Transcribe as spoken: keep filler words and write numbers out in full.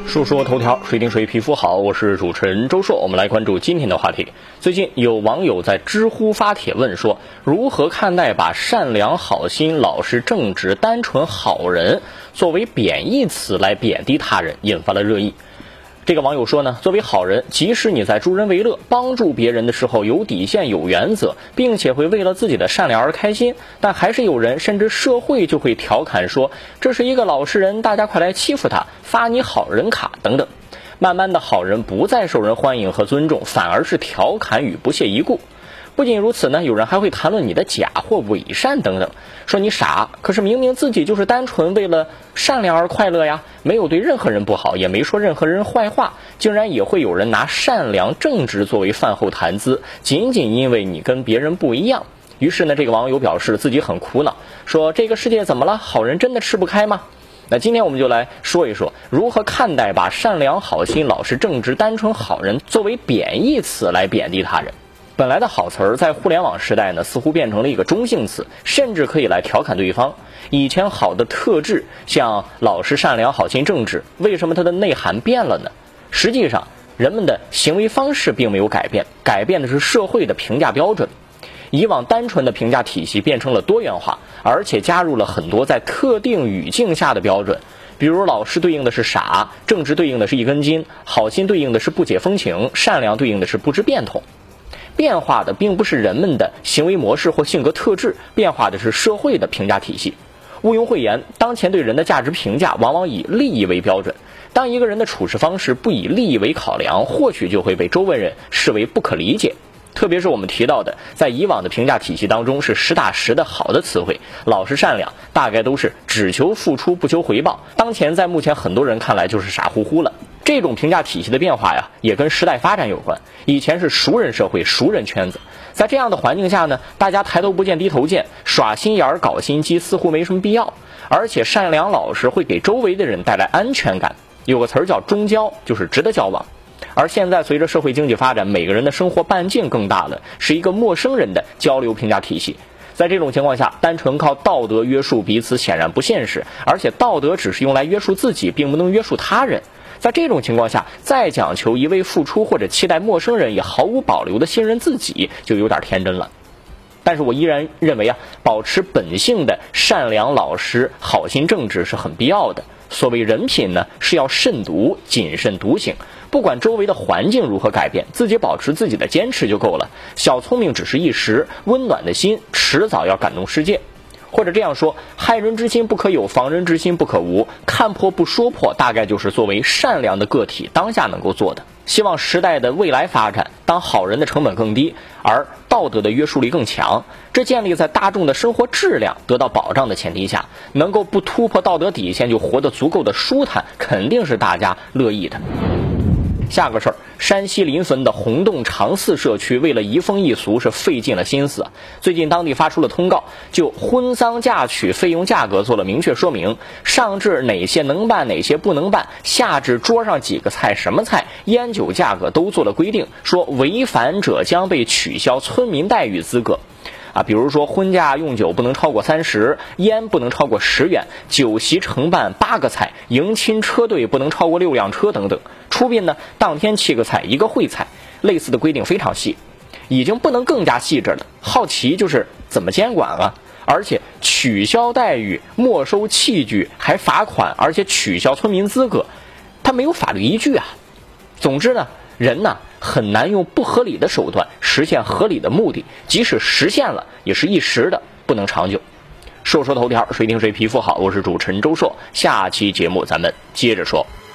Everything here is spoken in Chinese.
述说头条，谁顶谁皮肤好，我是主持人周硕。我们来关注今天的话题。最近有网友在知乎发帖问说，如何看待把善良、好心、老实、正直、单纯、好人作为贬义词来贬低他人，引发了热议。这个网友说呢，作为好人，即使你在助人为乐、帮助别人的时候有底线、有原则，并且会为了自己的善良而开心，但还是有人甚至社会就会调侃说，这是一个老实人，大家快来欺负他，发你好人卡等等。慢慢的，好人不再受人欢迎和尊重，反而是调侃与不屑一顾。不仅如此呢，有人还会谈论你的假或伪善等等，说你傻，可是明明自己就是单纯为了善良而快乐呀，没有对任何人不好，也没说任何人坏话，竟然也会有人拿善良正直作为饭后谈资，仅仅因为你跟别人不一样。于是呢，这个网友表示自己很苦恼，说这个世界怎么了？好人真的吃不开吗？那今天我们就来说一说，如何看待把善良、好心、老实、正直、单纯、好人作为贬义词来贬低他人。本来的好词儿在互联网时代呢，似乎变成了一个中性词，甚至可以来调侃对方。以前好的特质，像老实、善良、好心、正直，为什么它的内涵变了呢？实际上，人们的行为方式并没有改变，改变的是社会的评价标准。以往单纯的评价体系变成了多元化，而且加入了很多在特定语境下的标准。比如老实对应的是傻，正直对应的是一根筋，好心对应的是不解风情，善良对应的是不知变通。变化的并不是人们的行为模式或性格特质，变化的是社会的评价体系。毋庸讳言，当前对人的价值评价往往以利益为标准。当一个人的处事方式不以利益为考量，或许就会被周围人视为不可理解。特别是我们提到的，在以往的评价体系当中是实打实的好的词汇，老实善良大概都是只求付出不求回报，当前在目前很多人看来就是傻乎乎了。这种评价体系的变化呀，也跟时代发展有关。以前是熟人社会、熟人圈子，在这样的环境下呢，大家抬头不见低头见，耍心眼儿、搞心机似乎没什么必要，而且善良老实会给周围的人带来安全感。有个词儿叫中交，就是值得交往。而现在随着社会经济发展，每个人的生活半径更大了，是一个陌生人的交流评价体系。在这种情况下，单纯靠道德约束彼此显然不现实，而且道德只是用来约束自己，并不能约束他人。在这种情况下，再讲求一味付出或者期待陌生人也毫无保留的信任自己，就有点天真了。但是我依然认为啊，保持本性的善良、老实、好心、正直是很必要的。所谓人品呢，是要慎独、谨慎独行，不管周围的环境如何改变，自己保持自己的坚持就够了。小聪明只是一时，温暖的心迟早要感动世界。或者这样说，害人之心不可有，防人之心不可无，看破不说破，大概就是作为善良的个体当下能够做的。希望时代的未来发展，当好人的成本更低，而道德的约束力更强，这建立在大众的生活质量得到保障的前提下，能够不突破道德底线就活得足够的舒坦，肯定是大家乐意的。下个事儿，山西临汾的洪洞长寺社区为了移风易俗是费尽了心思。最近当地发出了通告，就婚丧嫁娶费用价格做了明确说明，上至哪些能办哪些不能办，下至桌上几个菜什么菜，烟酒价格都做了规定，说违反者将被取消村民待遇资格。啊，比如说婚嫁用酒不能超过三十，烟不能超过十元，酒席承办八个菜，迎亲车队不能超过六辆车等等。出殡呢，当天七个菜，一个烩菜，类似的规定非常细，已经不能更加细致了。好奇就是怎么监管啊？而且取消待遇、没收器具，还罚款，而且取消村民资格，它没有法律依据啊。总之呢，人呢很难用不合理的手段实现合理的目的，即使实现了，也是一时的，不能长久。说说头条，谁听谁皮肤好，我是主持人周硕，下期节目咱们接着说。